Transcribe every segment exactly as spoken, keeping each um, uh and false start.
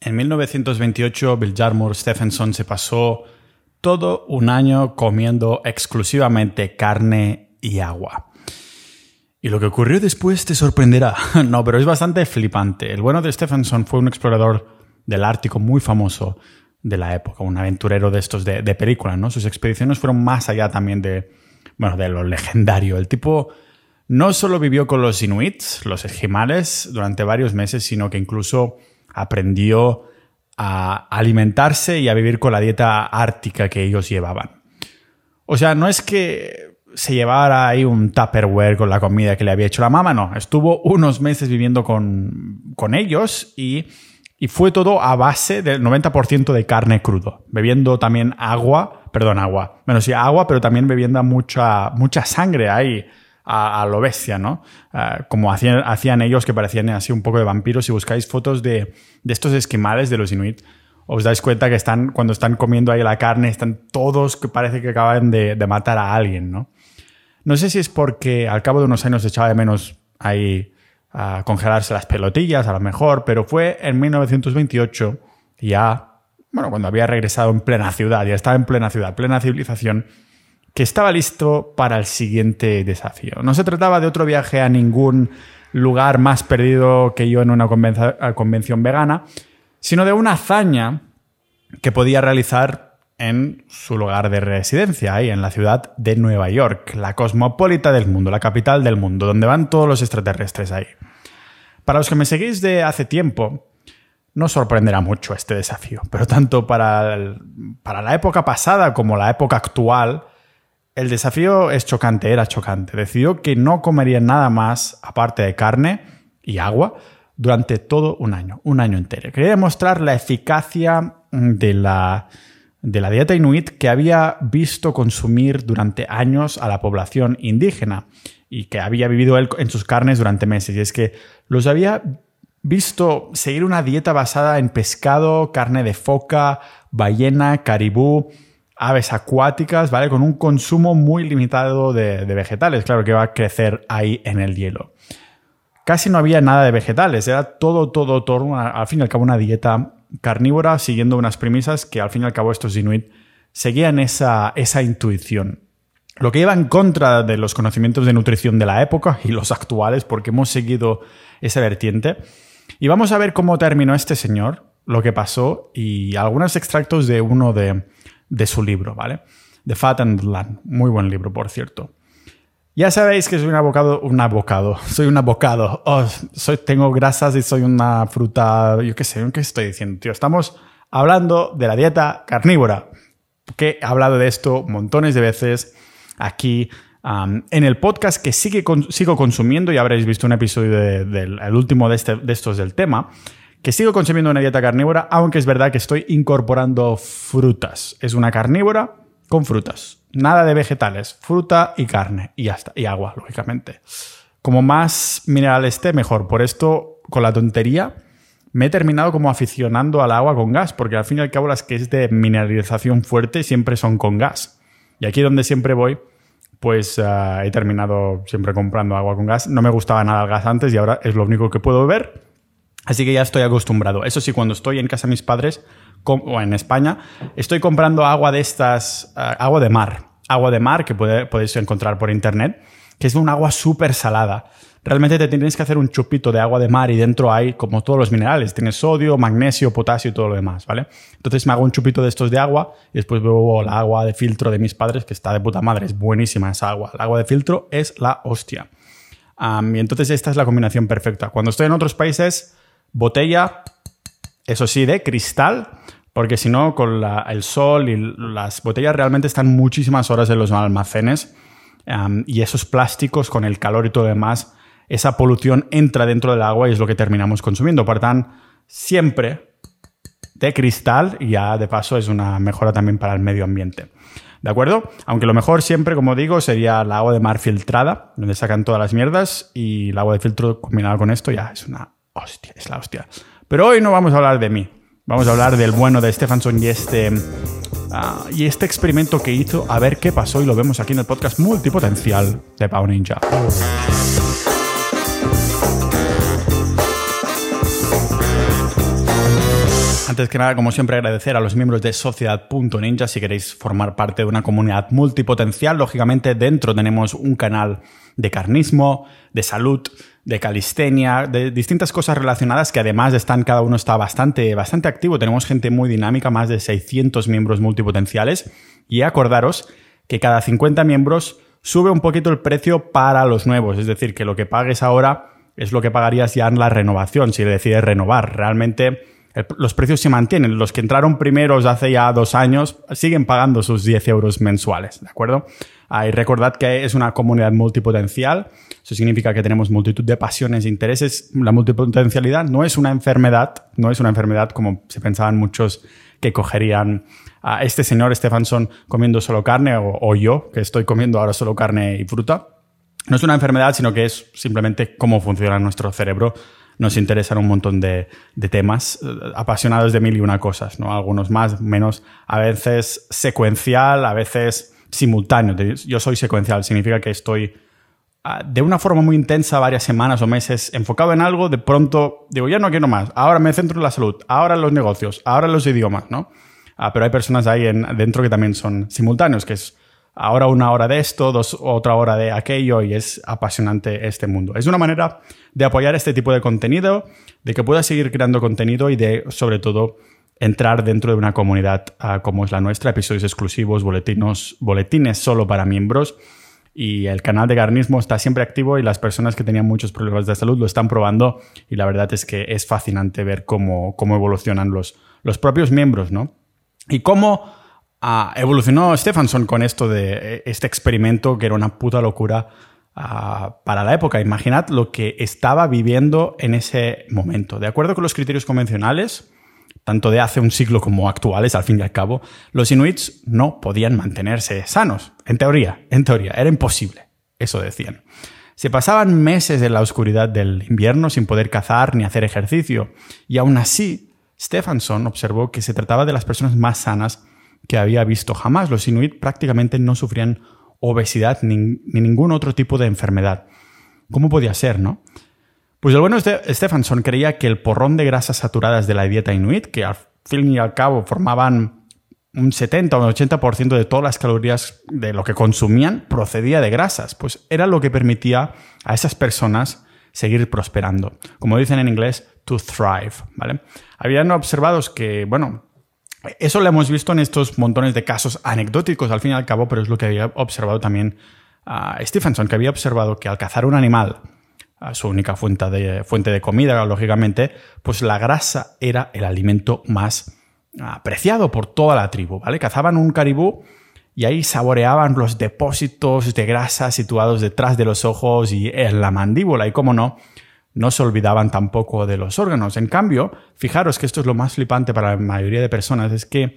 En mil novecientos veintiocho, Vilhjálmur Stephenson se pasó todo un año comiendo exclusivamente carne y agua. Y lo que ocurrió después te sorprenderá. No, pero es bastante flipante. El bueno de Stephenson fue un explorador del Ártico muy famoso de la época, un aventurero de estos de, de película, ¿no? Sus expediciones fueron más allá también de, bueno, de lo legendario. El tipo no solo vivió con los inuits, los esquimales, durante varios meses, sino que incluso aprendió a alimentarse y a vivir con la dieta ártica que ellos llevaban. O sea, no es que se llevara ahí un Tupperware con la comida que le había hecho la mamá, no. Estuvo unos meses viviendo con, con ellos y, y fue todo a base del noventa por ciento de carne crudo, bebiendo también agua, perdón, agua, bueno, sí, agua, pero también bebiendo mucha, mucha sangre ahí. A, a lo bestia, ¿no? Uh, como hacían, hacían ellos, que parecían así un poco de vampiros. Si buscáis fotos de, de estos esquimales de los inuit, os dais cuenta que están, cuando están comiendo ahí la carne, están todos que parece que acaban de, de matar a alguien, ¿no? No sé si es porque al cabo de unos años echaba de menos ahí a congelarse las pelotillas, a lo mejor, pero fue en mil novecientos veintiocho, ya, bueno, cuando había regresado en plena ciudad, ya estaba en plena ciudad, plena civilización, que estaba listo para el siguiente desafío. No se trataba de otro viaje a ningún lugar más perdido que yo en una convención vegana, sino de una hazaña que podía realizar en su lugar de residencia, ahí en la ciudad de Nueva York, la cosmopolita del mundo, la capital del mundo, donde van todos los extraterrestres ahí. Para los que me seguís de hace tiempo, no sorprenderá mucho este desafío, pero tanto para, el, para la época pasada como la época actual, el desafío es chocante, era chocante. Decidió que no comería nada más, aparte de carne y agua, durante todo un año, un año entero. Quería demostrar la eficacia de la, de la dieta inuit que había visto consumir durante años a la población indígena y que había vivido él en sus carnes durante meses. Y es que los había visto seguir una dieta basada en pescado, carne de foca, ballena, caribú, aves acuáticas, ¿vale? Con un consumo muy limitado de, de vegetales, claro, que va a crecer ahí en el hielo. Casi no había nada de vegetales, era todo, todo, todo, una, al fin y al cabo una dieta carnívora, siguiendo unas premisas que al fin y al cabo estos inuit seguían esa, esa intuición. Lo que iba en contra de los conocimientos de nutrición de la época y los actuales, porque hemos seguido esa vertiente. Y vamos a ver cómo terminó este señor, lo que pasó y algunos extractos de uno de... de su libro, ¿vale? The Fat and the Land. Muy buen libro, por cierto. Ya sabéis que soy un abocado... Un abocado. Soy un abocado. Oh, soy, tengo grasas y soy una fruta... Yo qué sé, ¿qué estoy diciendo, tío? Estamos hablando de la dieta carnívora. Que he hablado de esto montones de veces aquí um, en el podcast que sigue con, sigo consumiendo. Ya habréis visto un episodio del de, de, el último de, este, de estos del tema. Que sigo consumiendo una dieta carnívora, aunque es verdad que estoy incorporando frutas. Es una carnívora con frutas. Nada de vegetales, fruta y carne. Y ya está. Y agua, lógicamente. Como más mineral esté, mejor. Por esto, con la tontería, me he terminado como aficionando al agua con gas, porque al fin y al cabo las que es de mineralización fuerte siempre son con gas. Y aquí donde siempre voy, pues uh, he terminado siempre comprando agua con gas. No me gustaba nada el gas antes y ahora es lo único que puedo beber. Así que ya estoy acostumbrado. Eso sí, cuando estoy en casa de mis padres o en España, estoy comprando agua de estas, uh, agua de mar. Agua de mar que puede, podéis encontrar por internet, que es un agua súper salada. Realmente te tienes que hacer un chupito de agua de mar y dentro hay como todos los minerales. Tienes sodio, magnesio, potasio y todo lo demás, ¿vale? Entonces me hago un chupito de estos de agua y después bebo la agua de filtro de mis padres, que está de puta madre. Es buenísima esa agua. El agua de filtro es la hostia. Um, y entonces esta es la combinación perfecta. Cuando estoy en otros países... Botella, eso sí, de cristal, porque si no, con la, el sol y las botellas realmente están muchísimas horas en los almacenes um, y esos plásticos con el calor y todo lo demás, esa polución entra dentro del agua y es lo que terminamos consumiendo. Por tanto, siempre de cristal y ya de paso es una mejora también para el medio ambiente. ¿De acuerdo? Aunque lo mejor siempre, como digo, sería el agua de mar filtrada, donde sacan todas las mierdas y el agua de filtro combinada con esto ya es una... Hostia, es la hostia. Pero hoy no vamos a hablar de mí. Vamos a hablar del bueno de Stephenson y este, uh, y este experimento que hizo, a ver qué pasó, y lo vemos aquí en el podcast Multipotencial de Pau Ninja. Antes que nada, como siempre, agradecer a los miembros de Sociedad punto ninja si queréis formar parte de una comunidad multipotencial. Lógicamente, dentro tenemos un canal de carnismo, de salud, de calistenia, de distintas cosas relacionadas que además están, cada uno está bastante, bastante activo. Tenemos gente muy dinámica, más de seiscientos miembros multipotenciales. Y acordaros que cada cincuenta miembros sube un poquito el precio para los nuevos. Es decir, que lo que pagues ahora es lo que pagarías ya en la renovación, si decides renovar. Realmente el, los precios se mantienen. Los que entraron primeros hace ya dos años siguen pagando sus diez euros mensuales, ¿de acuerdo? Ah, y recordad que es una comunidad multipotencial. Eso significa que tenemos multitud de pasiones e intereses. La multipotencialidad no es una enfermedad, no es una enfermedad como se pensaban muchos que cogerían a este señor Stephenson comiendo solo carne o, o yo, que estoy comiendo ahora solo carne y fruta. No es una enfermedad, sino que es simplemente cómo funciona nuestro cerebro. Nos interesan un montón de, de temas eh, apasionados de mil y una cosas, ¿no? Algunos más, menos, a veces secuencial, a veces simultáneo. Yo soy secuencial, significa que estoy uh, de una forma muy intensa varias semanas o meses enfocado en algo, de pronto digo, ya no quiero más, ahora me centro en la salud, ahora en los negocios, ahora en los idiomas, ¿no? Uh, pero hay personas ahí en, dentro que también son simultáneos, que es ahora una hora de esto, dos, otra hora de aquello, y es apasionante este mundo. Es una manera de apoyar este tipo de contenido, de que puedas seguir creando contenido y de, sobre todo, entrar dentro de una comunidad uh, como es la nuestra, episodios exclusivos, boletinos, boletines solo para miembros, y el canal de Carnismo está siempre activo y las personas que tenían muchos problemas de salud lo están probando, y la verdad es que es fascinante ver cómo, cómo evolucionan los, los propios miembros, ¿no? Y cómo Uh, evolucionó Stephenson con esto de este experimento que era una puta locura uh, para la época. Imaginad lo que estaba viviendo en ese momento. De acuerdo con los criterios convencionales, tanto de hace un siglo como actuales, al fin y al cabo, los inuits no podían mantenerse sanos. En teoría, en teoría, era imposible. Eso decían. Se pasaban meses en la oscuridad del invierno sin poder cazar ni hacer ejercicio. Y aún así, Stephenson observó que se trataba de las personas más sanas que había visto jamás. Los inuit prácticamente no sufrían obesidad ni, ni ningún otro tipo de enfermedad. ¿Cómo podía ser, no? Pues el bueno de Stephenson creía que el porrón de grasas saturadas de la dieta inuit, que al fin y al cabo formaban un setenta o un ochenta por ciento de todas las calorías de lo que consumían, procedía de grasas. Pues era lo que permitía a esas personas seguir prosperando. Como dicen en inglés, to thrive, ¿vale? Habían observado que, bueno, eso lo hemos visto en estos montones de casos anecdóticos, al fin y al cabo, pero es lo que había observado también uh, Stephenson, que había observado que al cazar un animal, uh, su única fuente de, fuente de comida, lógicamente, pues la grasa era el alimento más uh, preciado por toda la tribu, ¿vale? Cazaban un caribú y ahí saboreaban los depósitos de grasa situados detrás de los ojos y en la mandíbula, y cómo no, no se olvidaban tampoco de los órganos. En cambio, fijaros que esto es lo más flipante para la mayoría de personas, es que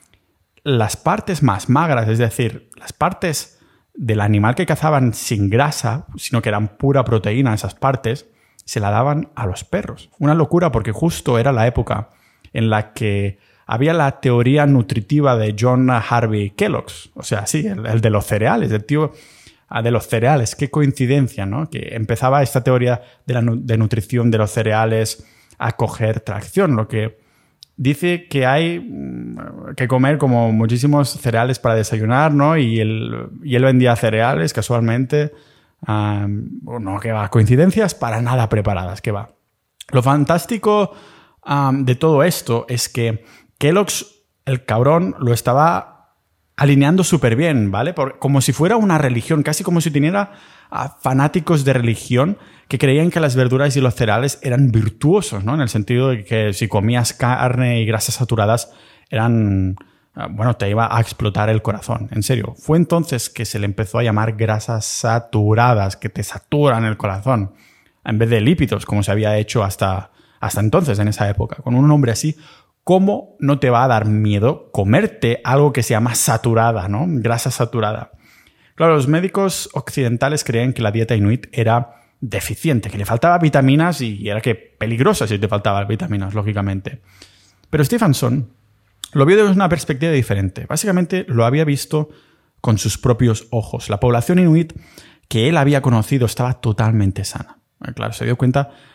las partes más magras, es decir, las partes del animal que cazaban sin grasa, sino que eran pura proteína esas partes, se la daban a los perros. Una locura, porque justo era la época en la que había la teoría nutritiva de John Harvey Kellogg, o sea, sí, el, el de los cereales, el tío de los cereales. Qué coincidencia, ¿no? Que empezaba esta teoría de la de nutrición de los cereales a coger tracción, lo que dice que hay que comer como muchísimos cereales para desayunar, ¿no? Y él, y él vendía cereales casualmente. Um, no, que va, coincidencias para nada preparadas, que va. Lo fantástico um, de todo esto es que Kellogg's, el cabrón, lo estaba alineando súper bien, ¿vale? Por, como si fuera una religión, casi como si tuviera a fanáticos de religión que creían que las verduras y los cereales eran virtuosos, ¿no? En el sentido de que si comías carne y grasas saturadas eran, bueno, te iba a explotar el corazón. En serio. Fue entonces que se le empezó a llamar grasas saturadas, que te saturan el corazón, en vez de lípidos, como se había hecho hasta, hasta entonces, en esa época. Con un nombre así, ¿cómo no te va a dar miedo comerte algo que se llama saturada, ¿no? Grasa saturada. Claro, los médicos occidentales creían que la dieta inuit era deficiente, que le faltaba vitaminas y era que peligrosa si te faltaban vitaminas, lógicamente. Pero Stephenson lo vio desde una perspectiva diferente. Básicamente lo había visto con sus propios ojos. La población inuit que él había conocido estaba totalmente sana. Claro, se dio cuenta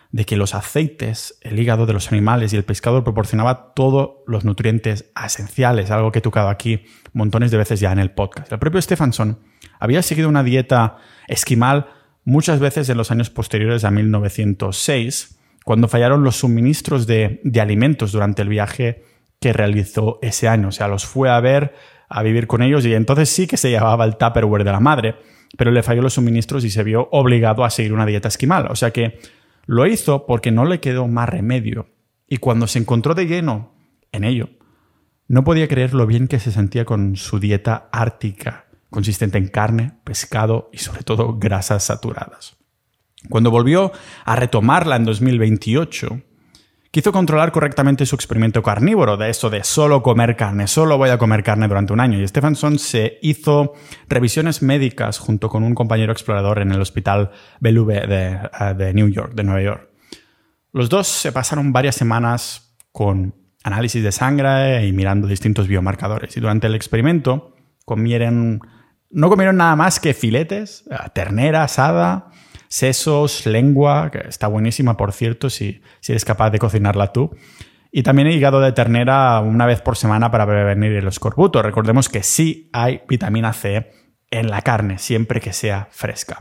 de que los aceites, el hígado de los animales y el pescado proporcionaba todos los nutrientes esenciales, algo que he tocado aquí montones de veces ya en el podcast. El propio Stephenson había seguido una dieta esquimal muchas veces en los años posteriores a mil novecientos seis, cuando fallaron los suministros de, de alimentos durante el viaje que realizó ese año. O sea, los fue a ver, a vivir con ellos, y entonces sí que se llevaba el Tupperware de la madre, pero le falló los suministros y se vio obligado a seguir una dieta esquimal. O sea que lo hizo porque no le quedó más remedio. Y cuando se encontró de lleno en ello, no podía creer lo bien que se sentía con su dieta ártica, consistente en carne, pescado y sobre todo grasas saturadas. Cuando volvió a retomarla en dos mil veintiocho, quiso controlar correctamente su experimento carnívoro, de eso de solo comer carne, solo voy a comer carne durante un año. Y Stephenson se hizo revisiones médicas junto con un compañero explorador en el Hospital Bellevue de, uh, de New York, de Nueva York. Los dos se pasaron varias semanas con análisis de sangre y mirando distintos biomarcadores. Y durante el experimento comieron, no comieron nada más que filetes, uh, ternera asada, sesos, lengua, que está buenísima, por cierto, si, si eres capaz de cocinarla tú. Y también hígado de ternera una vez por semana para prevenir el escorbuto. Recordemos que sí hay vitamina C en la carne, siempre que sea fresca.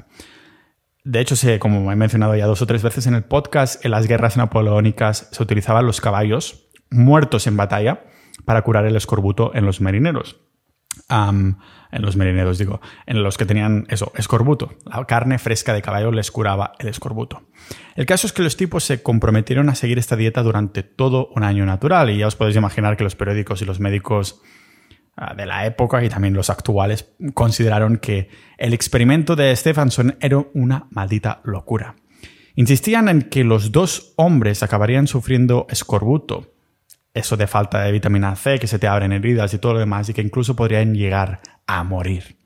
De hecho, se, como he mencionado ya dos o tres veces en el podcast, en las guerras napoleónicas se utilizaban los caballos muertos en batalla para curar el escorbuto en los marineros. Um, en los marineros, digo, en los que tenían eso, escorbuto. La carne fresca de caballo les curaba el escorbuto. El caso es que los tipos se comprometieron a seguir esta dieta durante todo un año natural, y ya os podéis imaginar que los periódicos y los médicos uh, de la época y también los actuales consideraron que el experimento de Stephenson era una maldita locura. Insistían en que los dos hombres acabarían sufriendo escorbuto, eso de falta de vitamina C, que se te abren heridas y todo lo demás, y que incluso podrían llegar a morir.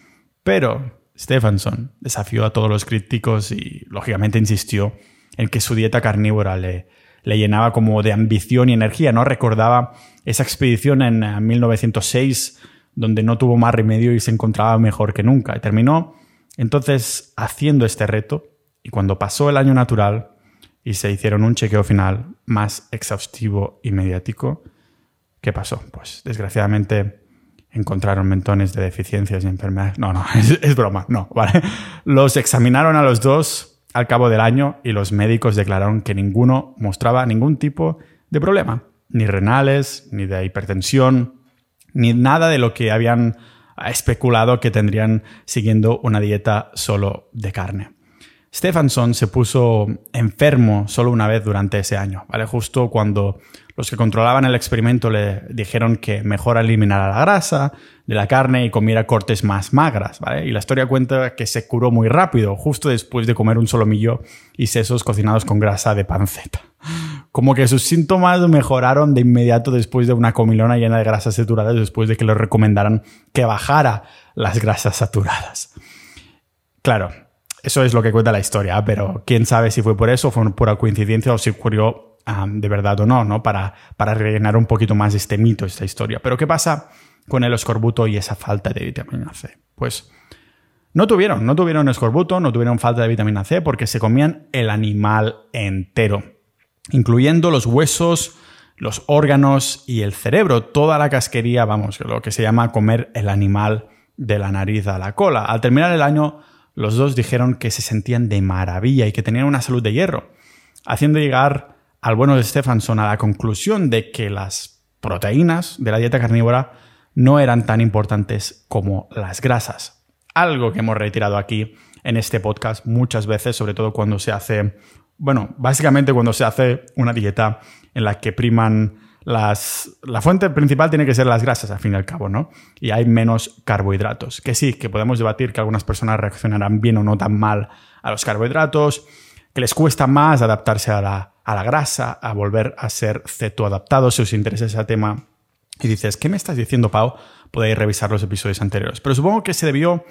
Pero Stephenson desafió a todos los críticos y, lógicamente, insistió en que su dieta carnívora le, le llenaba como de ambición y energía. No recordaba esa expedición en mil novecientos seis, donde no tuvo más remedio y se encontraba mejor que nunca. Y terminó, entonces, haciendo este reto, y cuando pasó el año natural y se hicieron un chequeo final más exhaustivo y mediático, ¿qué pasó? Pues, desgraciadamente, encontraron montones de deficiencias y enfermedades. No, no, es, es broma, no, ¿vale? Los examinaron a los dos al cabo del año y los médicos declararon que ninguno mostraba ningún tipo de problema, ni renales, ni de hipertensión, ni nada de lo que habían especulado que tendrían siguiendo una dieta solo de carne. Stephenson se puso enfermo solo una vez durante ese año, ¿vale? Justo cuando los que controlaban el experimento le dijeron que mejor eliminara la grasa de la carne y comiera cortes más magras, ¿vale? Y la historia cuenta que se curó muy rápido, justo después de comer un solomillo y sesos cocinados con grasa de panceta. Como que sus síntomas mejoraron de inmediato después de una comilona llena de grasas saturadas, después de que le recomendaran que bajara las grasas saturadas. Claro, eso es lo que cuenta la historia, pero quién sabe si fue por eso, fue pura coincidencia o si ocurrió um, de verdad o no, ¿no? Para, para rellenar un poquito más este mito, esta historia. Pero ¿qué pasa con el escorbuto y esa falta de vitamina C? Pues no tuvieron, no tuvieron escorbuto, no tuvieron falta de vitamina C porque se comían el animal entero, incluyendo los huesos, los órganos y el cerebro, toda la casquería, vamos, lo que se llama comer el animal de la nariz a la cola. Al terminar el año, los dos dijeron que se sentían de maravilla y que tenían una salud de hierro, haciendo llegar al bueno de Stephenson a la conclusión de que las proteínas de la dieta carnívora no eran tan importantes como las grasas. Algo que hemos reiterado aquí en este podcast muchas veces, sobre todo cuando se hace, bueno, básicamente cuando se hace una dieta en la que priman las... La fuente principal tiene que ser las grasas, al fin y al cabo, ¿no? Y hay menos carbohidratos. Que sí, que podemos debatir que algunas personas reaccionarán bien o no tan mal a los carbohidratos, que les cuesta más adaptarse a la, a la grasa, a volver a ser cetoadaptados, si os interesa ese tema. Y dices, ¿qué me estás diciendo, Pau? Podéis revisar los episodios anteriores. Pero supongo que se debió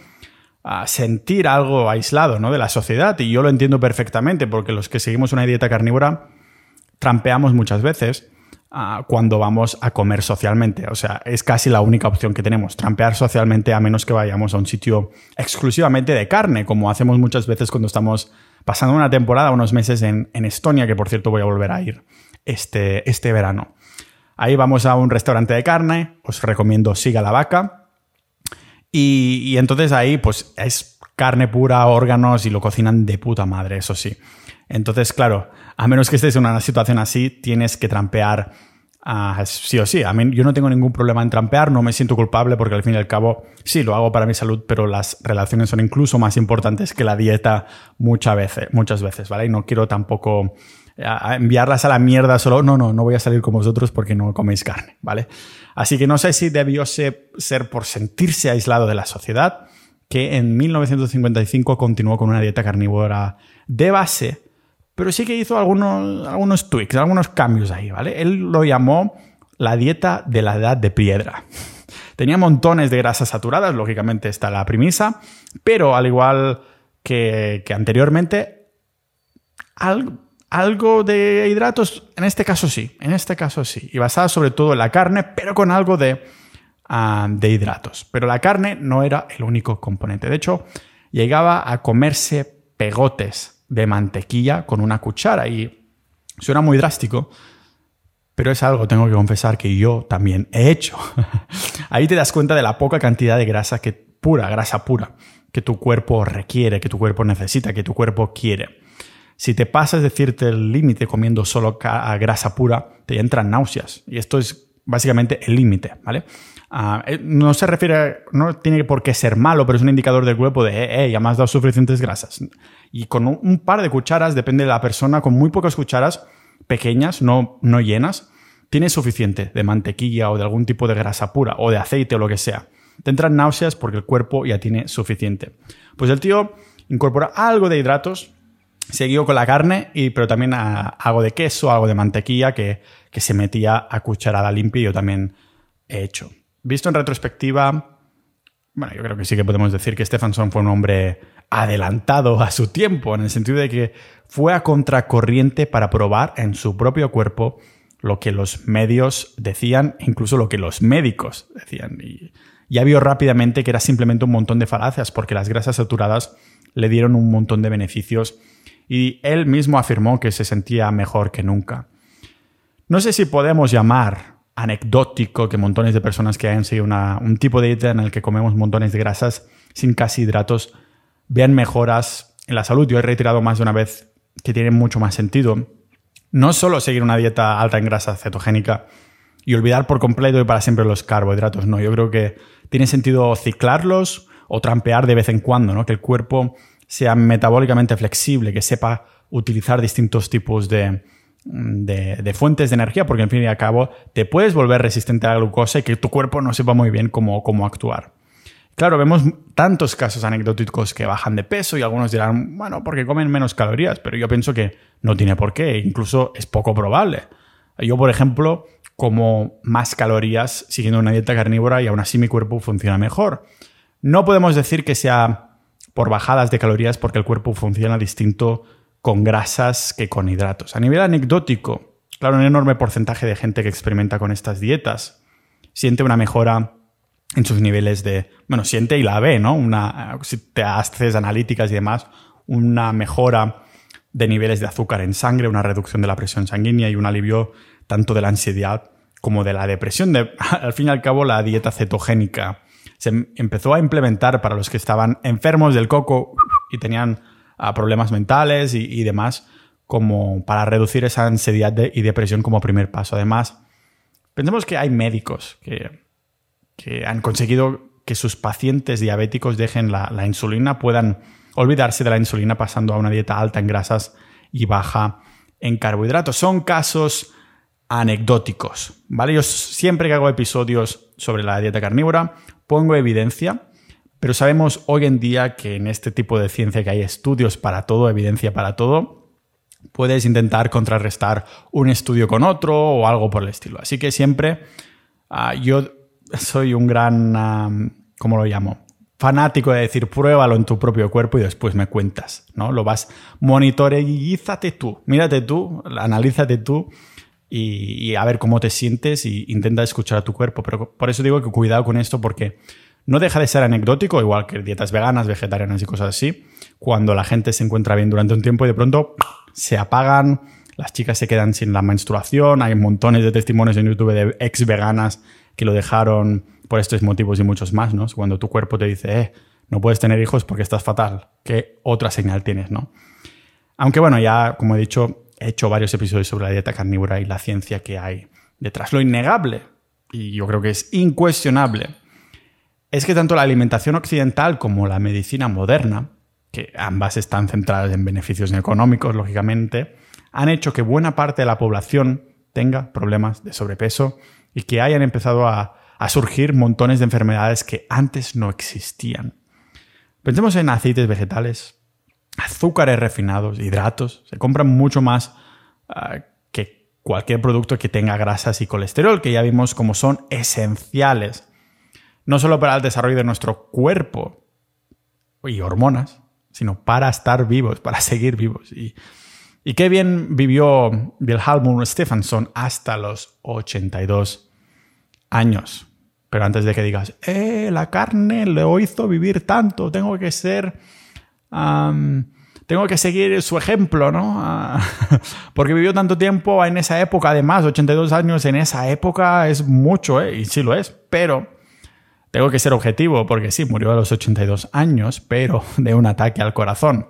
a sentir algo aislado, ¿no?, de la sociedad, y yo lo entiendo perfectamente, porque los que seguimos una dieta carnívora trampeamos muchas veces Uh, cuando vamos a comer socialmente. O sea, es casi la única opción que tenemos, trampear socialmente, a menos que vayamos a un sitio exclusivamente de carne, como hacemos muchas veces cuando estamos pasando una temporada, unos meses en, en Estonia, que por cierto voy a volver a ir este, este verano. Ahí vamos a un restaurante de carne, os recomiendo Siga la Vaca. Y, y entonces ahí pues es carne pura, órganos y lo cocinan de puta madre, eso sí. Entonces, claro, a menos que estés en una situación así, tienes que trampear uh, sí o sí. A mí, yo no tengo ningún problema en trampear, no me siento culpable porque al fin y al cabo sí, lo hago para mi salud, pero las relaciones son incluso más importantes que la dieta muchas veces, muchas veces, ¿vale? Y no quiero tampoco a enviarlas a la mierda solo, no, no, no voy a salir con vosotros porque no coméis carne, ¿vale? Así que no sé si debió ser, ser por sentirse aislado de la sociedad, que en mil novecientos cincuenta y cinco continuó con una dieta carnívora de base, pero sí que hizo algunos, algunos tweaks, algunos cambios ahí, ¿vale? Él lo llamó la dieta de la edad de piedra. Tenía montones de grasas saturadas, lógicamente está la premisa, pero al igual que, que anteriormente, algo... Algo de hidratos, en este caso sí, en este caso sí. Y basada sobre todo en la carne, pero con algo de, uh, de hidratos. Pero la carne no era el único componente. De hecho, llegaba a comerse pegotes de mantequilla con una cuchara. Y suena muy drástico, pero es algo, tengo que confesar, que yo también he hecho. Ahí te das cuenta de la poca cantidad de grasa que, pura, grasa pura, que tu cuerpo requiere, que tu cuerpo necesita, que tu cuerpo quiere. Si te pasas de decirte el límite comiendo solo grasa pura, te entran náuseas. Y esto es básicamente el límite, ¿vale? Uh, no se refiere, no tiene por qué ser malo, pero es un indicador del cuerpo de, eh, eh, ya me has dado suficientes grasas. Y con un, un par de cucharas, depende de la persona, con muy pocas cucharas pequeñas, no, no llenas, tienes suficiente de mantequilla o de algún tipo de grasa pura o de aceite o lo que sea. Te entran náuseas porque el cuerpo ya tiene suficiente. Pues el tío incorpora algo de hidratos. Seguió con la carne, y, pero también a, algo de queso, algo de mantequilla que, que se metía a cucharada limpia y yo también he hecho. Visto en retrospectiva, bueno, yo creo que sí que podemos decir que Stephenson fue un hombre adelantado a su tiempo, en el sentido de que fue a contracorriente para probar en su propio cuerpo lo que los medios decían, incluso lo que los médicos decían. Y ya vio rápidamente que era simplemente un montón de falacias, porque las grasas saturadas le dieron un montón de beneficios. Y él mismo afirmó que se sentía mejor que nunca. No sé si podemos llamar anecdótico que montones de personas que hayan seguido una, un tipo de dieta en el que comemos montones de grasas sin casi hidratos vean mejoras en la salud. Yo he reiterado más de una vez que tiene mucho más sentido no solo seguir una dieta alta en grasa cetogénica y olvidar por completo y para siempre los carbohidratos. No, yo creo que tiene sentido ciclarlos o trampear de vez en cuando, ¿no? Que el cuerpo sea metabólicamente flexible, que sepa utilizar distintos tipos de, de, de fuentes de energía, porque al fin y al cabo te puedes volver resistente a la glucosa y que tu cuerpo no sepa muy bien cómo, cómo actuar. Claro, vemos tantos casos anecdóticos que bajan de peso y algunos dirán, bueno, porque comen menos calorías, pero yo pienso que no tiene por qué, incluso es poco probable. Yo, por ejemplo, como más calorías siguiendo una dieta carnívora y aún así mi cuerpo funciona mejor. No podemos decir que sea por bajadas de calorías porque el cuerpo funciona distinto con grasas que con hidratos. A nivel anecdótico, claro, un enorme porcentaje de gente que experimenta con estas dietas siente una mejora en sus niveles de... Bueno, siente y la ve, ¿no? Una, si te haces analíticas y demás, una mejora de niveles de azúcar en sangre, una reducción de la presión sanguínea y un alivio tanto de la ansiedad como de la depresión. De, al fin y al cabo, la dieta cetogénica se empezó a implementar para los que estaban enfermos del coco y tenían uh, problemas mentales y, y demás, como para reducir esa ansiedad de, y depresión como primer paso. Además, pensemos que hay médicos que, que han conseguido que sus pacientes diabéticos dejen la, la insulina, puedan olvidarse de la insulina pasando a una dieta alta en grasas y baja en carbohidratos. Son casos anecdóticos, ¿vale? Yo siempre que hago episodios sobre la dieta carnívora pongo evidencia, pero sabemos hoy en día que en este tipo de ciencia que hay estudios para todo, evidencia para todo, puedes intentar contrarrestar un estudio con otro o algo por el estilo. Así que siempre uh, yo soy un gran, uh, ¿cómo lo llamo? Fanático de decir, pruébalo en tu propio cuerpo y después me cuentas, ¿no? Lo vas, monitorízate tú, mírate tú, analízate tú y, y a ver cómo te sientes y intenta escuchar a tu cuerpo. Pero por eso digo que cuidado con esto, porque No deja de ser anecdótico, igual que dietas veganas, vegetarianas y cosas así, cuando la gente se encuentra bien durante un tiempo y de pronto se apagan, las chicas se quedan sin la menstruación, hay montones de testimonios en YouTube de ex veganas que lo dejaron por estos motivos y muchos más, ¿no? Cuando tu cuerpo te dice, eh, no puedes tener hijos porque estás fatal, ¿qué otra señal tienes, no? Aunque bueno, ya como he dicho, he hecho varios episodios sobre la dieta carnívora y la ciencia que hay detrás. Lo innegable, y yo creo que es incuestionable, es que tanto la alimentación occidental como la medicina moderna, que ambas están centradas en beneficios económicos, lógicamente, han hecho que buena parte de la población tenga problemas de sobrepeso y que hayan empezado a, a surgir montones de enfermedades que antes no existían. Pensemos en aceites vegetales, azúcares refinados, hidratos. Se compran mucho más uh, que cualquier producto que tenga grasas y colesterol, que ya vimos como son esenciales, no solo para el desarrollo de nuestro cuerpo y hormonas, sino para estar vivos, para seguir vivos. Y, y qué bien vivió Vilhjálmur Stefansson hasta los ochenta y dos años. Pero antes de que digas, eh, la carne lo hizo vivir tanto, tengo que ser... Um, tengo que seguir su ejemplo, ¿no? Uh, porque vivió tanto tiempo en esa época, además, ochenta y dos años en esa época es mucho, ¿eh? Y sí lo es, pero tengo que ser objetivo, porque sí, murió a los ochenta y dos años, pero de un ataque al corazón.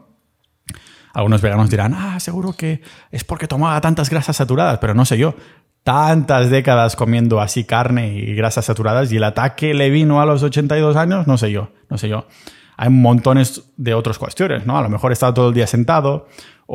Algunos veganos dirán, ah, seguro que es porque tomaba tantas grasas saturadas, pero no sé yo. Tantas décadas comiendo así carne y grasas saturadas y el ataque le vino a los ochenta y dos años, no sé yo, no sé yo. Hay montones de otras cuestiones, ¿no? A lo mejor estaba todo el día sentado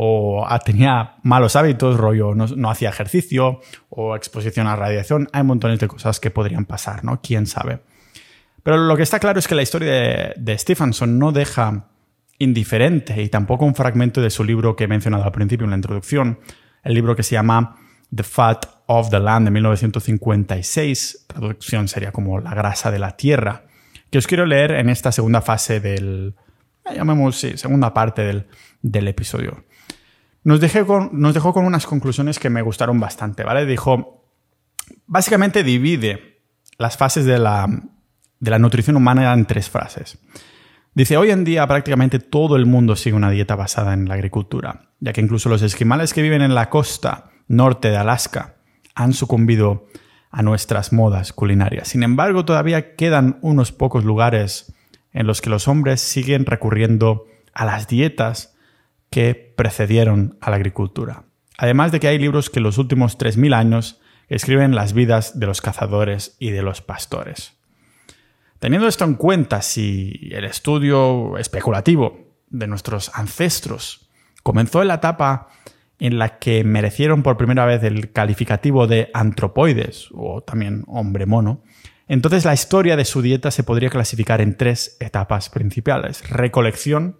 o tenía malos hábitos, rollo, no, no hacía ejercicio o exposición a radiación. Hay montones de cosas que podrían pasar, ¿no? ¿Quién sabe? Pero lo que está claro es que la historia de, de Stefansson no deja indiferente, y tampoco un fragmento de su libro que he mencionado al principio en la introducción, el libro que se llama The Fat of the Land de mil novecientos cincuenta y seis, traducción sería como La grasa de la tierra, que os quiero leer en esta segunda fase del, llamemos, sí, segunda parte del, del episodio. Nos, dejé con, nos dejó con unas conclusiones que me gustaron bastante, ¿vale? Dijo, básicamente divide las fases de la, de la nutrición humana en tres fases. Dice, hoy en día prácticamente todo el mundo sigue una dieta basada en la agricultura, ya que incluso los esquimales que viven en la costa norte de Alaska han sucumbido a nuestras modas culinarias. Sin embargo, todavía quedan unos pocos lugares en los que los hombres siguen recurriendo a las dietas que precedieron a la agricultura. Además de que hay libros que en los últimos tres mil años escriben las vidas de los cazadores y de los pastores. Teniendo esto en cuenta, si el estudio especulativo de nuestros ancestros comenzó en la etapa en la que merecieron por primera vez el calificativo de antropoides, o también hombre mono, entonces la historia de su dieta se podría clasificar en tres etapas principales: recolección,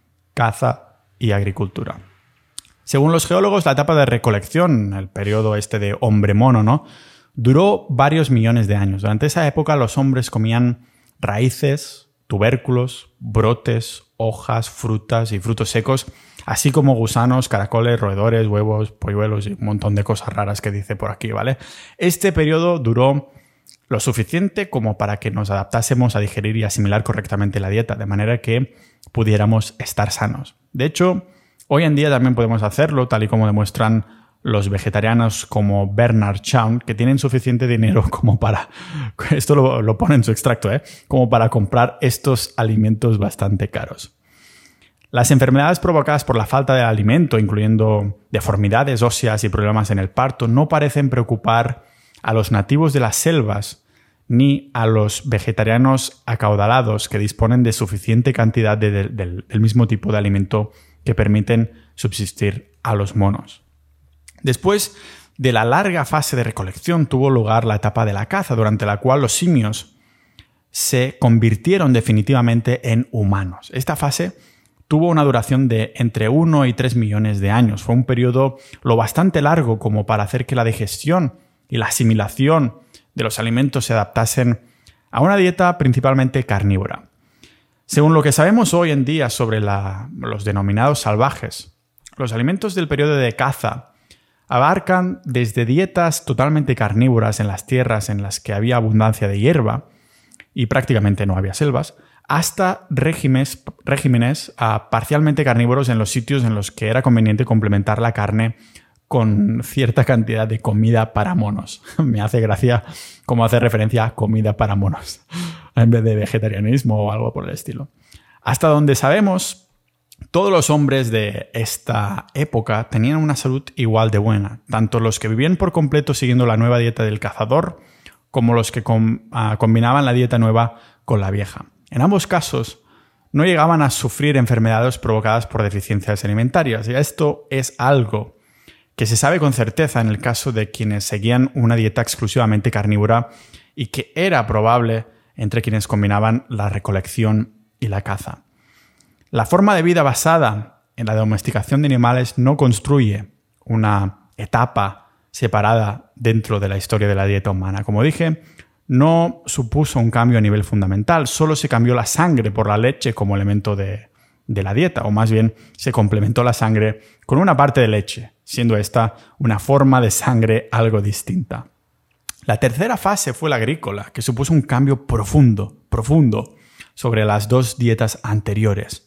caza y agricultura. Según los geólogos, la etapa de recolección, el periodo este de hombre mono, ¿no?, duró varios millones de años. Durante esa época los hombres comían raíces, tubérculos, brotes, hojas, frutas y frutos secos, así como gusanos, caracoles, roedores, huevos, polluelos y un montón de cosas raras que dice por aquí, ¿vale? Este periodo duró lo suficiente como para que nos adaptásemos a digerir y asimilar correctamente la dieta, de manera que pudiéramos estar sanos. De hecho, hoy en día también podemos hacerlo, tal y como demuestran los vegetarianos como Bernard Shaw, que tienen suficiente dinero como para, esto lo, lo pone en su extracto, ¿eh? como para comprar estos alimentos bastante caros. Las enfermedades provocadas por la falta de alimento, incluyendo deformidades óseas y problemas en el parto, no parecen preocupar a los nativos de las selvas ni a los vegetarianos acaudalados que disponen de suficiente cantidad de, de, de, del mismo tipo de alimento que permiten subsistir a los monos. Después de la larga fase de recolección tuvo lugar la etapa de la caza, durante la cual los simios se convirtieron definitivamente en humanos. Esta fase tuvo una duración de entre uno y tres millones de años. Fue un periodo lo bastante largo como para hacer que la digestión y la asimilación de los alimentos se adaptasen a una dieta principalmente carnívora. Según lo que sabemos hoy en día sobre la, los denominados salvajes, los alimentos del periodo de caza abarcan desde dietas totalmente carnívoras en las tierras en las que había abundancia de hierba y prácticamente no había selvas, hasta regímenes, regímenes uh, parcialmente carnívoros en los sitios en los que era conveniente complementar la carne con cierta cantidad de comida para monos. Me hace gracia cómo hace referencia a comida para monos en vez de vegetarianismo o algo por el estilo. Hasta donde sabemos, todos los hombres de esta época tenían una salud igual de buena, tanto los que vivían por completo siguiendo la nueva dieta del cazador, como los que com- uh, combinaban la dieta nueva con la vieja. En ambos casos, no llegaban a sufrir enfermedades provocadas por deficiencias alimentarias, y esto es algo que se sabe con certeza en el caso de quienes seguían una dieta exclusivamente carnívora y que era probable entre quienes combinaban la recolección y la caza. La forma de vida basada en la domesticación de animales no construye una etapa separada dentro de la historia de la dieta humana. Como dije, no supuso un cambio a nivel fundamental, solo se cambió la sangre por la leche como elemento de, de la dieta, o más bien se complementó la sangre con una parte de leche, siendo esta una forma de sangre algo distinta. La tercera fase fue la agrícola, que supuso un cambio profundo, profundo sobre las dos dietas anteriores,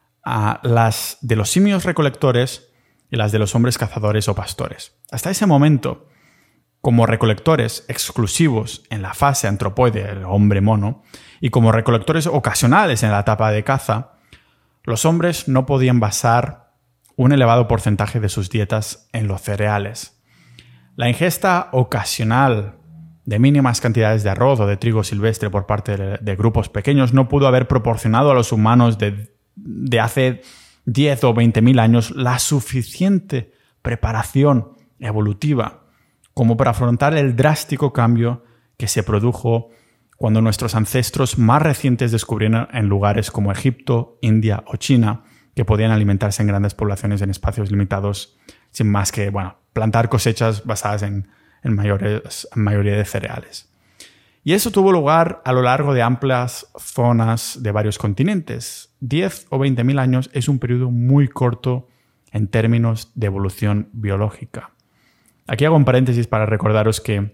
a las de los simios recolectores y las de los hombres cazadores o pastores. Hasta ese momento, como recolectores exclusivos en la fase antropoide, el hombre mono, y como recolectores ocasionales en la etapa de caza, los hombres no podían basar un elevado porcentaje de sus dietas en los cereales. La ingesta ocasional de mínimas cantidades de arroz o de trigo silvestre por parte de, de grupos pequeños no pudo haber proporcionado a los humanos de, de hace diez o veinte mil años la suficiente preparación evolutiva como para afrontar el drástico cambio que se produjo cuando nuestros ancestros más recientes descubrieron en lugares como Egipto, India o China que podían alimentarse en grandes poblaciones en espacios limitados sin más que, bueno, plantar cosechas basadas en, en, mayores, en mayoría de cereales. Y eso tuvo lugar a lo largo de amplias zonas de varios continentes. diez o veinte mil años es un periodo muy corto en términos de evolución biológica. Aquí hago un paréntesis para recordaros que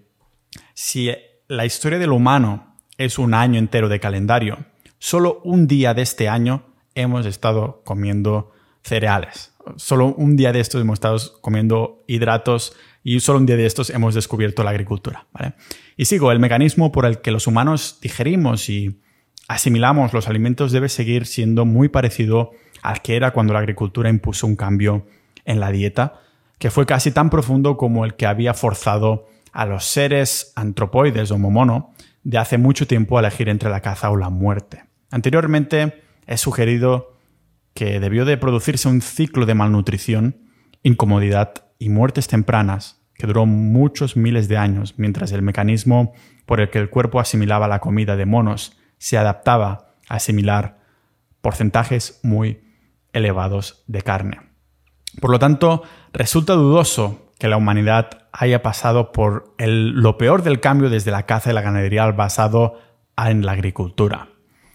si la historia del humano es un año entero de calendario, solo un día de este año hemos estado comiendo cereales. Solo un día de estos hemos estado comiendo hidratos y solo un día de estos hemos descubierto la agricultura, ¿vale? Y sigo, el mecanismo por el que los humanos digerimos y asimilamos los alimentos debe seguir siendo muy parecido al que era cuando la agricultura impuso un cambio en la dieta, que fue casi tan profundo como el que había forzado a los seres antropoides o momono de hace mucho tiempo a elegir entre la caza o la muerte. Anteriormente he sugerido que debió de producirse un ciclo de malnutrición, incomodidad y muertes tempranas que duró muchos miles de años, mientras el mecanismo por el que el cuerpo asimilaba la comida de monos se adaptaba a asimilar porcentajes muy elevados de carne. Por lo tanto, resulta dudoso que la humanidad haya pasado por el, lo peor del cambio desde la caza y la ganadería al basado en la agricultura.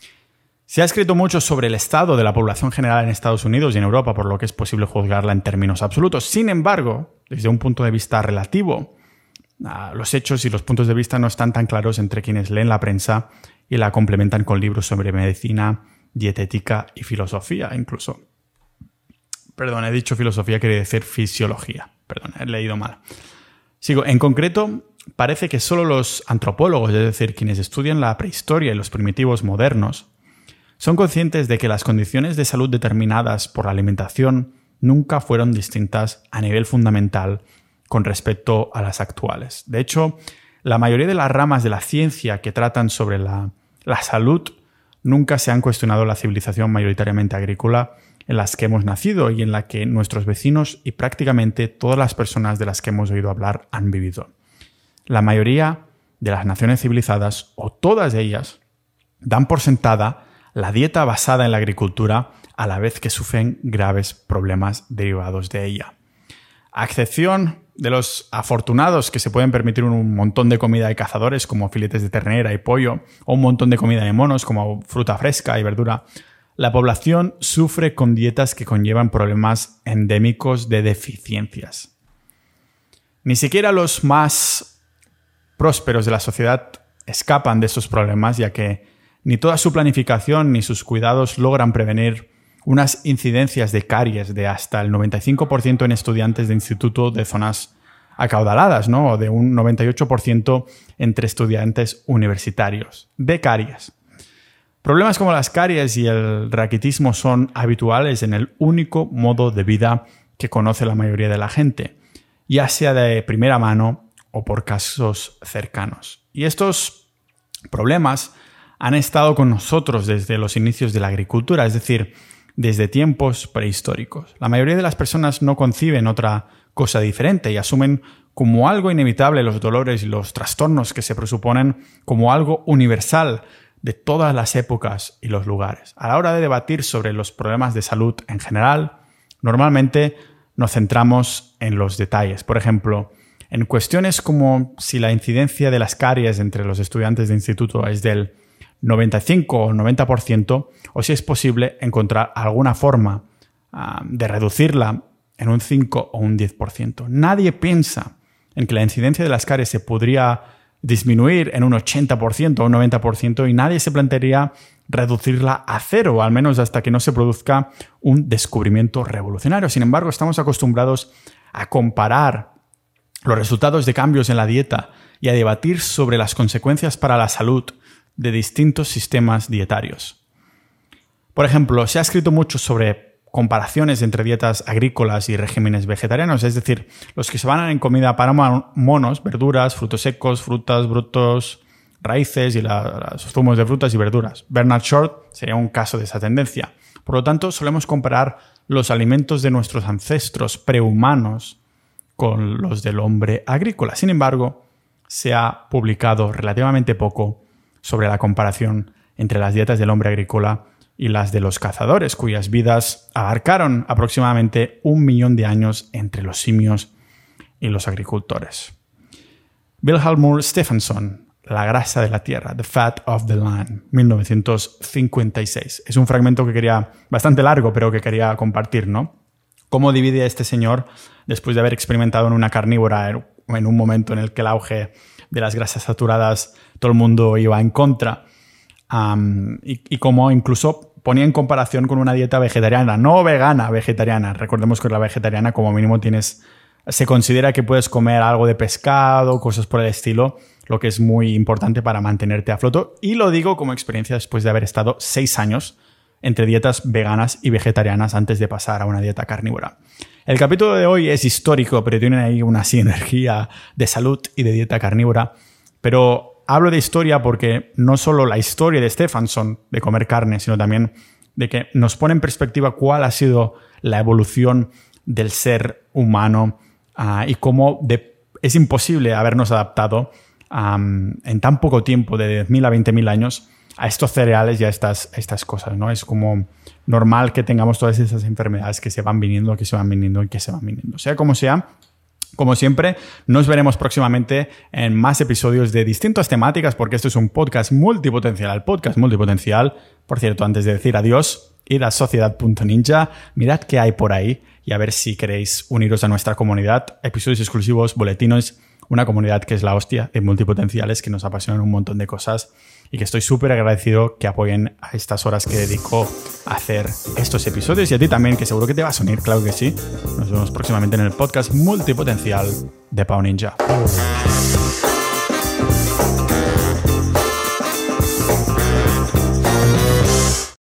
Se ha escrito mucho sobre el estado de la población general en Estados Unidos y en Europa, por lo que es posible juzgarla en términos absolutos. Sin embargo, desde un punto de vista relativo, los hechos y los puntos de vista no están tan claros entre quienes leen la prensa y la complementan con libros sobre medicina, dietética y filosofía incluso. Perdón, he dicho filosofía, quería decir fisiología. Perdón, he leído mal. Sigo. En concreto, parece que solo los antropólogos, es decir, quienes estudian la prehistoria y los primitivos modernos, son conscientes de que las condiciones de salud determinadas por la alimentación nunca fueron distintas a nivel fundamental con respecto a las actuales. De hecho, la mayoría de las ramas de la ciencia que tratan sobre la, la salud nunca se han cuestionado la civilización mayoritariamente agrícola en las que hemos nacido y en la que nuestros vecinos y prácticamente todas las personas de las que hemos oído hablar han vivido. La mayoría de las naciones civilizadas, o todas ellas, dan por sentada la dieta basada en la agricultura a la vez que sufren graves problemas derivados de ella. A excepción de los afortunados que se pueden permitir un montón de comida de cazadores como filetes de ternera y pollo o un montón de comida de monos como fruta fresca y verdura, la población sufre con dietas que conllevan problemas endémicos de deficiencias. Ni siquiera los más prósperos de la sociedad escapan de estos problemas, ya que ni toda su planificación ni sus cuidados logran prevenir unas incidencias de caries de hasta el noventa y cinco por ciento en estudiantes de instituto de zonas acaudaladas, ¿no? O de un noventa y ocho por ciento entre estudiantes universitarios de caries. Problemas como las caries y el raquitismo son habituales en el único modo de vida que conoce la mayoría de la gente, ya sea de primera mano o por casos cercanos. Y estos problemas han estado con nosotros desde los inicios de la agricultura, es decir, desde tiempos prehistóricos. La mayoría de las personas no conciben otra cosa diferente y asumen como algo inevitable los dolores y los trastornos que se presuponen como algo universal de todas las épocas y los lugares. A la hora de debatir sobre los problemas de salud en general, normalmente nos centramos en los detalles. Por ejemplo, en cuestiones como si la incidencia de las caries entre los estudiantes de instituto es del noventa y cinco o noventa por ciento, o si es posible encontrar alguna forma uh, de reducirla en un cinco o un diez por ciento. Nadie piensa en que la incidencia de las caries se podría disminuir en un ochenta por ciento o un noventa por ciento y nadie se plantearía reducirla a cero, al menos hasta que no se produzca un descubrimiento revolucionario. Sin embargo, estamos acostumbrados a comparar los resultados de cambios en la dieta y a debatir sobre las consecuencias para la salud de distintos sistemas dietarios. Por ejemplo, se ha escrito mucho sobre comparaciones entre dietas agrícolas y regímenes vegetarianos, es decir, los que se basan en comida para monos, verduras, frutos secos, frutas, frutos, raíces y la, los zumos de frutas y verduras. Bernard Short sería un caso de esa tendencia. Por lo tanto, solemos comparar los alimentos de nuestros ancestros prehumanos con los del hombre agrícola. Sin embargo, se ha publicado relativamente poco sobre la comparación entre las dietas del hombre agrícola y las de los cazadores, cuyas vidas abarcaron aproximadamente un millón de años entre los simios y los agricultores. Vilhjálmur Stefansson, La grasa de la tierra, The Fat of the Land, mil novecientos cincuenta y seis. Es un fragmento que quería, bastante largo, pero que quería compartir, ¿no? Cómo divide este señor, después de haber experimentado en una carnívora en un momento en el que el auge de las grasas saturadas todo el mundo iba en contra, um, y, y cómo incluso ponía en comparación con una dieta vegetariana, no vegana, vegetariana. Recordemos que la vegetariana como mínimo tienes, se considera que puedes comer algo de pescado, cosas por el estilo, lo que es muy importante para mantenerte a flote. Y lo digo como experiencia después de haber estado seis años entre dietas veganas y vegetarianas antes de pasar a una dieta carnívora. El capítulo de hoy es histórico, pero tiene ahí una sinergia de salud y de dieta carnívora. Pero hablo de historia porque no solo la historia de Stefansson de comer carne, sino también de que nos pone en perspectiva cuál ha sido la evolución del ser humano uh, y cómo de, es imposible habernos adaptado um, en tan poco tiempo, de diez mil a veinte mil años, a estos cereales y a estas, a estas cosas, ¿no? Es como normal que tengamos todas esas enfermedades que se van viniendo, que se van viniendo y que se van viniendo. Sea como sea, como siempre, nos veremos próximamente en más episodios de distintas temáticas, porque esto es un podcast multipotencial. El podcast multipotencial, por cierto, antes de decir adiós, id a sociedad punto ninja, mirad qué hay por ahí y a ver si queréis uniros a nuestra comunidad, episodios exclusivos, boletines, una comunidad que es la hostia de multipotenciales que nos apasionan un montón de cosas y que estoy súper agradecido que apoyen a estas horas que dedico a hacer estos episodios, y a ti también, que seguro que te va a unir, claro que sí. Nos vemos próximamente en el podcast multipotencial de Pau Ninja.